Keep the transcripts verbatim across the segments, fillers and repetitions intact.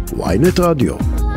וויינט רדיו.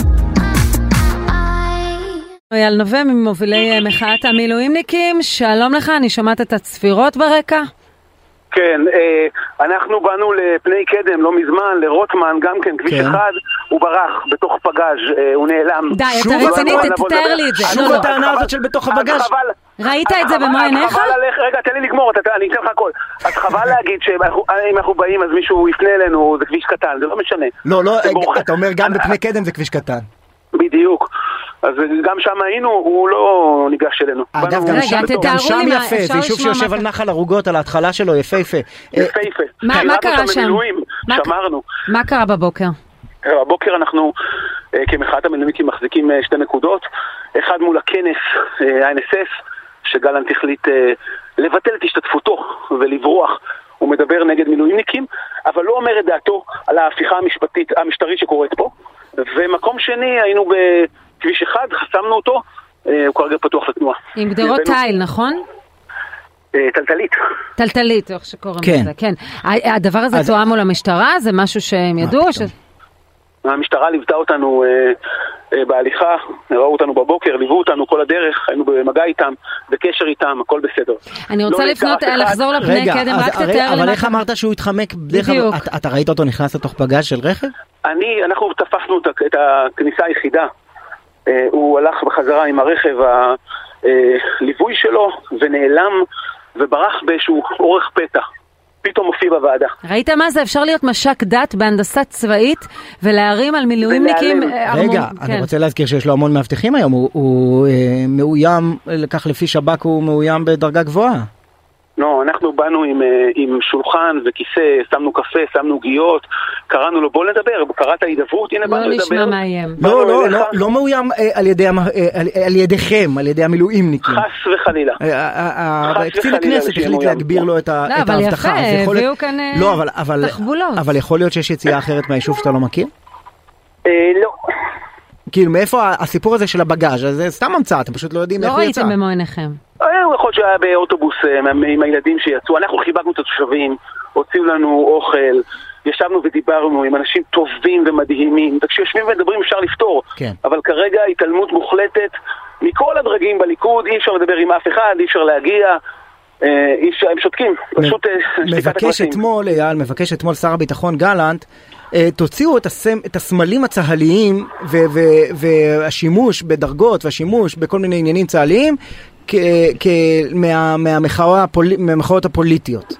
אייל נווה ממובילי מחאת המילואימניקים, שלום לך, אני שומעת את הצפירות ברקע. כן, אנחנו באנו לפני קדם, לא מזמן, לרוטמן, גם כן, כביש אחד, הוא ברח בתוך פגז', הוא נעלם. די, אתה רציני, תתאר לי את זה. שוב הטענה הזאת של בתוך הפגז'. ראית את זה במו עיניך? רגע, תן לי לגמור, אני אתן לך הכל. אז חבל להגיד שאם אנחנו באים אז מישהו יפנה אלינו, זה כביש קטן, זה לא משנה. לא, לא, אתה אומר גם בפני קדם זה כביש קטן. בדיוק. אז גם שם היינו, הוא לא ניגש אלינו. אגב, גם שם יפה, זה יישוב שיושב על נחל ערוגות, על ההתחלה שלו, יפה יפה. יפה יפה. מה קרה שם? שמרנו. מה קרה בבוקר? בבוקר אנחנו כמחאת המילואימניקים מחזיקים שתי נקודות. אחד מול הכנס ה אן אס אס, שגלנט החליט לבטל את השתתפותו ולברוח. הוא מדבר נגד מילואימניקים, אבל לא אומר את דעתו על ההפיכה המשפטית, המשטרית שקורית פה. ומקום שני, היינו בכביש אחד, חסמנו אותו, הוא כרגע פתוח לתנועה. עם גדרות תיל, נכון? טלטלית. טלטלית, איך שקוראים לזה, כן. הדבר הזה תואם מול המשטרה? זה משהו שהם ידעו? המשטרה ליוותה אותנו בהליכה, ראו אותנו בבוקר, ליוו אותנו כל הדרך, היינו במגע איתם, בקשר איתם, הכל בסדר. אני רוצה לפנות, לחזור לפני קדם, רק תתאר לי. אבל איך אמרת שהוא התחמק? בדיוק. אתה ראית אותו נכנס לתוך פגז של רכב? אני, אנחנו תפסנו את הכניסה היחידה. הוא הלך בחזרה עם הרכב הליווי שלו, ונעלם וברח באיזשהו אורך פתע. פתאום מופיע בוועדה. ראית מה זה? אפשר להיות משק דת בהנדסה צבאית ולהרים על מילואימניקים. רגע, אני רוצה להזכיר שיש לו המון מאבטחים היום. הוא מאוים, כך לפי שב"כ הוא מאוים בדרגה גבוהה. לא, אנחנו באנו עם, עם שולחן וכיסא, שמנו קפה, שמנו גיאות, קראנו לו בוא נדבר, קראת הידברות, הנה באנו לדבר. לא נשמע מאיים. לא, לא, לא, לא מאוים על ידי, על ידיכם, על ידי המילואימניקים. חס וחלילה. קצין הכנסת החליט להגביר לו את ההבטחה. אבל יפה, הביאו כאן תחבולות. אבל יכול להיות שיש יציאה אחרת מהיישוב שאתה לא מכיר? לא. כאילו, מאיפה הסיפור הזה של הבגאז'? זה סתם המצאה, אתם פשוט לא יודעים איך הוא יצא. לא ראיתם במו עיניכם. הוא יכול שהיה באוטובוס עם הילדים שיצאו, אנחנו חיבקנו את התושבים, הוציאו לנו אוכל, ישבנו ודיברנו עם אנשים טובים ומדהימים, כשיושבים ומדברים אפשר לפתור, אבל כרגע התעלמות מוחלטת מכל הדרגים בליכוד, אי אפשר לדבר עם אף אחד, אי אפשר להגיע, אי אפשר, הם שותקים, פשוט שתיקת מבקש אתמול, אייל, מבקש אתמול שר הביטחון גלנט, תוציאו את, הסמ, את הסמלים הצהליים ו, ו, והשימוש בדרגות והשימוש בכל מיני עניינים צהליים כ, כ, מה, מהמחאות, הפול, מהמחאות הפוליטיות.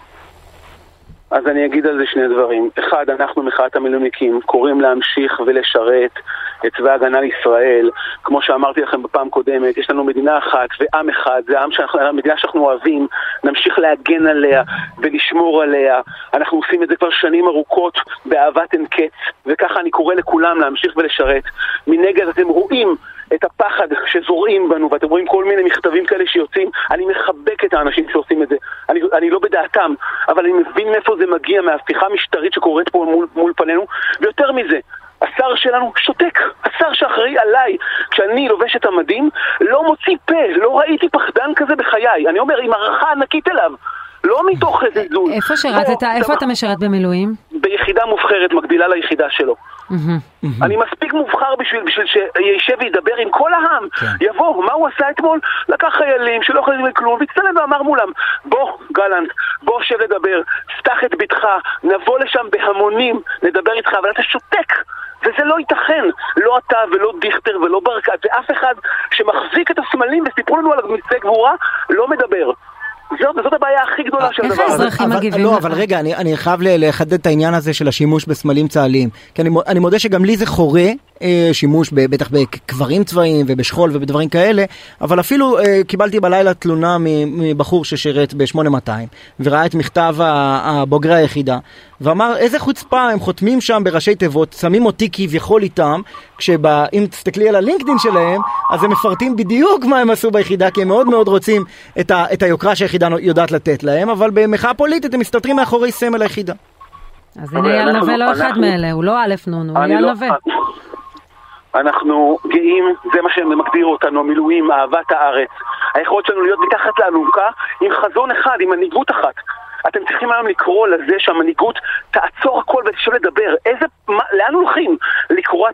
אז אני אגיד על זה שני דברים. אחד, אנחנו מחאת המילואימניקים קוראים להמשיך ולשרת את צבא הגנה לישראל. כמו שאמרתי לכם בפעם קודמת, יש לנו מדינה אחת ועם אחד, זה העם שאנחנו, המדינה שאנחנו אוהבים, נמשיך להגן עליה ולשמור עליה. אנחנו עושים את זה כבר שנים ארוכות באהבת אין קץ, וככה אני קורא לכולם להמשיך ולשרת. מנגד אתם רואים את הפחד שזורעים בנו, ואתם רואים כל מיני מכתבים כאלה שיוצאים. אני מחבק את האנשים שעושים את זה. אני, אני לא בדעתם, אבל אני מבין מאיפה זה מגיע, מההפיכה המשטרית שקורית פה מול, מול פנינו. ויותר מזה, השר שלנו שותק. השר שאחראי עליי, כשאני לובש את המדים, לא מוציא פה. לא ראיתי פחדן כזה בחיי. אני אומר, עם הערכה ענקית אליו. לא מתוך איזה זול. איפה שרתת? איפה אתה משרת במילואים? ביחידה מובחרת, מקבילה ליחידה שלו. אני מספיק מובחר בשביל שישב וידבר עם כל העם. יבוא, מה הוא עשה אתמול? לקח חיילים שלא יכולים כלום והצטלם ואמר מולם, בוא גלנט, בוא שב לדבר, פתח את ביתך, נבוא לשם בהמונים, נדבר איתך, אבל אתה שותק. וזה לא ייתכן, לא אתה ולא דיכטר ולא ברקת, ואף אחד שמחזיק את הסמלים וסיפרו לנו על מצי גבורה, לא מדבר. זאת, זאת הבעיה הכי גדולה של הדבר. איך האזרחים מגיבים? לא, אבל רגע, אני, אני חייב לחדד את העניין הזה של השימוש בסמלים צהליים. כי אני, אני מודה שגם לי זה חורה, שימוש בטח בקברים צבאיים ובשכול ובדברים כאלה, אבל אפילו קיבלתי בלילה תלונה מבחור ששירת ב-שמונה מאתיים, וראה את מכתב הבוגרי היחידה, ואמר, איזה חוצפה, הם חותמים שם בראשי תיבות, שמים אותי כביכול איתם, כשאם תסתכלי על הלינקדין שלהם, אז הם מפרטים בדיוק מה הם עשו ביחידה, כי הם מאוד מאוד רוצים את, ה, את היוקרה שהיחידה יודעת לתת להם, אבל במחאה פוליטית הם מסתתרים מאחורי סמל היחידה. אז הנה אייל נווה לא אחד מאלה, הוא לא א' נון, הוא אייל נווה. אנחנו גאים, זה מה שמגדיר אותנו, המילואים, אהבת הארץ. היכולת שלנו להיות מתחת לאלונקה עם חזון אחד, עם מנהיגות אחת. אתם צריכים היום לקרוא לזה שהמנהיגות תעצור הכל ותשב לדבר. איזה, מה, לאן הולכים? לקרוע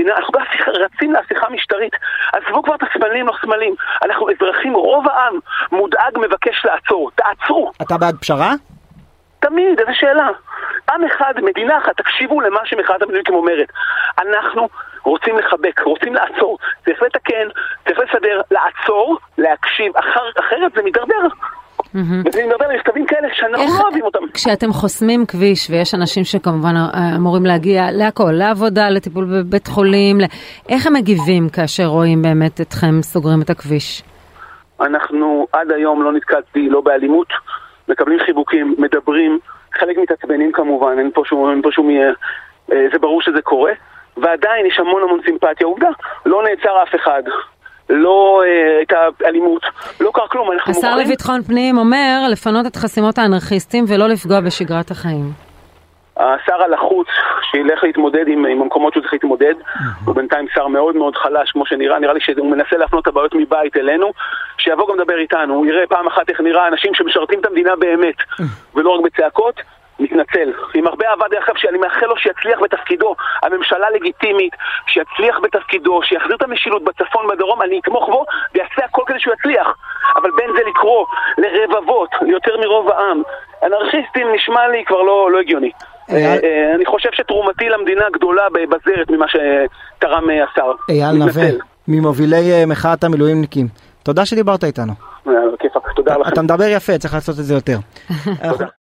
מדינה, אנחנו בהפיכה, רצים להפיכה משטרית. עזבו כבר את הסמלים, לא סמלים. אנחנו אזרחים, רוב העם מודאג מבקש לעצור. תעצרו. אתה בעד פשרה? תמיד, איזו שאלה. עם אחד, מדינה אחת, תקשיבו למה שמחאת המילואימניקים אומרת. אנחנו רוצים לחבק, רוצים לעצור. צריך לתקן, צריך לסדר, לעצור, להקשיב. אחר, אחרת זה מדרדר. וזה מדבר על מכתבים כאלה שאנחנו לא אוהבים אותם. כשאתם חוסמים כביש, ויש אנשים שכמובן אמורים להגיע להכל, לעבודה, לטיפול בבית חולים, איך הם מגיבים כאשר רואים באמת אתכם סוגרים את הכביש? אנחנו עד היום לא נתקלתי, לא באלימות, מקבלים חיבוקים, מדברים, חלק מתעצבנים כמובן, אין פה שום, אין פה שום, זה ברור שזה קורה, ועדיין יש המון המון סימפתיה, עובדה, לא נעצר אף אחד. לא הייתה אלימות, לא קרה כלום. השר לביטחון פנים אומר לפנות את חסימות האנרכיסטים ולא לפגוע בשגרת החיים. השר הלחוץ שילך להתמודד עם, עם המקומות שהוא צריך להתמודד, הוא בינתיים שר מאוד מאוד חלש כמו שנראה, נראה לי שהוא מנסה להפנות את הבעיות מבית אלינו, שיבוא גם לדבר איתנו, הוא יראה פעם אחת איך נראה אנשים שמשרתים את המדינה באמת ולא רק בצעקות. מתנצל. עם הרבה אהבה דרך אגב שאני מאחל לו שיצליח בתפקידו, הממשלה לגיטימית, שיצליח בתפקידו, שיחזיר את המשילות בצפון בדרום, אני אתמוך בו ויעשה הכל כדי שהוא יצליח. אבל בין זה לקרוא לרבבות, יותר מרוב העם, אנרכיסטים נשמע לי כבר לא, לא הגיוני. אני חושב שתרומתי למדינה גדולה בזרת ממה שתרם השר. אייל נווה, ממובילי מחאת המילואימניקים. תודה שדיברת איתנו. כיפק, תודה לכם. אתה מדבר יפה, צריך לעשות את זה יותר.